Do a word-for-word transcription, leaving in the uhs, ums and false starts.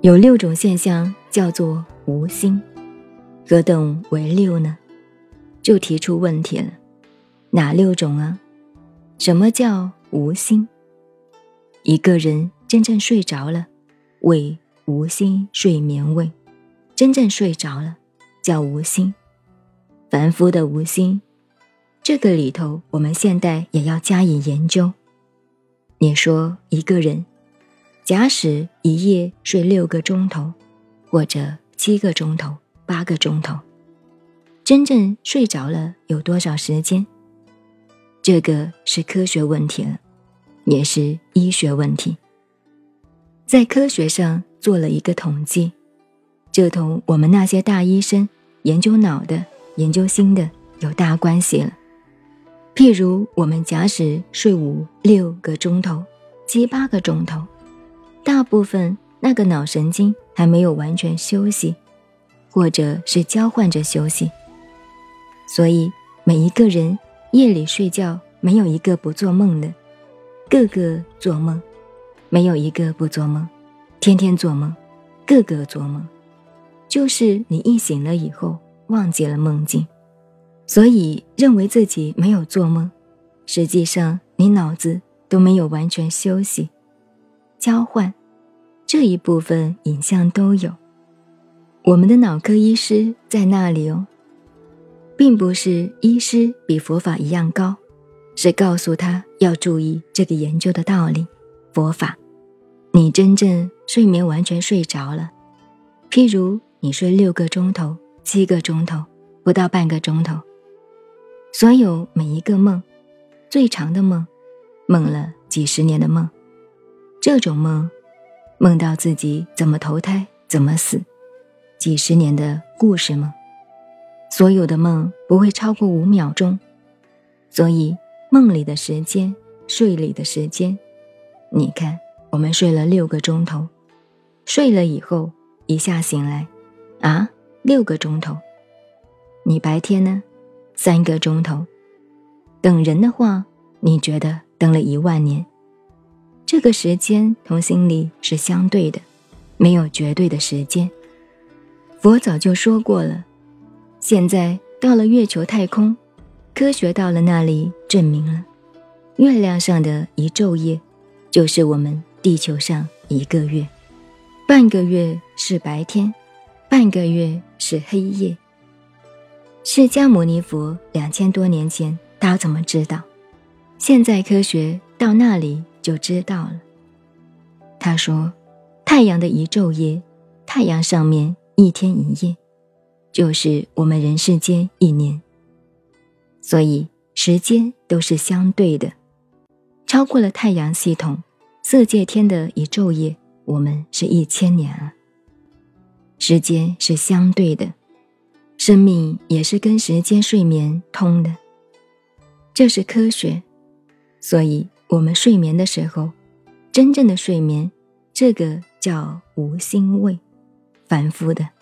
有六种现象叫做无心，何等为六呢？就提出问题了，哪六种啊？什么叫无心？一个人真正睡着了，为无心睡眠位，真正睡着了叫无心。凡夫的无心，这个里头我们现代也要加以研究。你说一个人假使一夜睡六个钟头，或者七个钟头、八个钟头，真正睡着了有多少时间？这个是科学问题了，也是医学问题。在科学上做了一个统计，这同我们那些大医生研究脑的、研究心的有大关系了。譬如我们假使睡五六个钟头、七八个钟头，大部分那个脑神经还没有完全休息，或者是交换着休息。所以每一个人夜里睡觉没有一个不做梦的，个个做梦，没有一个不做梦，天天做梦，个个做梦，就是你一醒了以后忘记了梦境，所以认为自己没有做梦，实际上你脑子都没有完全休息，交换这一部分影像都有。我们的脑科医师在那里哦，并不是医师比佛法一样高，是告诉他要注意这个研究的道理。佛法，你真正睡眠完全睡着了，譬如你睡六个钟头、七个钟头，不到半个钟头，所有每一个梦，最长的梦，梦了几十年的梦，这种梦，梦到自己怎么投胎，怎么死，几十年的故事梦，所有的梦不会超过五秒钟，所以梦里的时间，睡里的时间，你看我们睡了六个钟头，睡了以后一下醒来，啊，六个钟头。你白天呢，三个钟头。等人的话，你觉得等了一万年。这个时间同心理是相对的，没有绝对的时间。佛早就说过了，现在到了月球太空，科学到了那里证明了，月亮上的一昼夜，就是我们地球上一个月，半个月是白天，半个月是黑夜。释迦牟尼佛两千多年前他怎么知道？现在科学到那里就知道了。他说，太阳的一昼夜，太阳上面一天一夜，就是我们人世间一年。所以时间都是相对的，超过了太阳系统色界天的一昼夜，我们是一千年了。时间是相对的，生命也是跟时间睡眠通的，这是科学。所以我们睡眠的时候，真正的睡眠，这个叫无心位，凡夫的。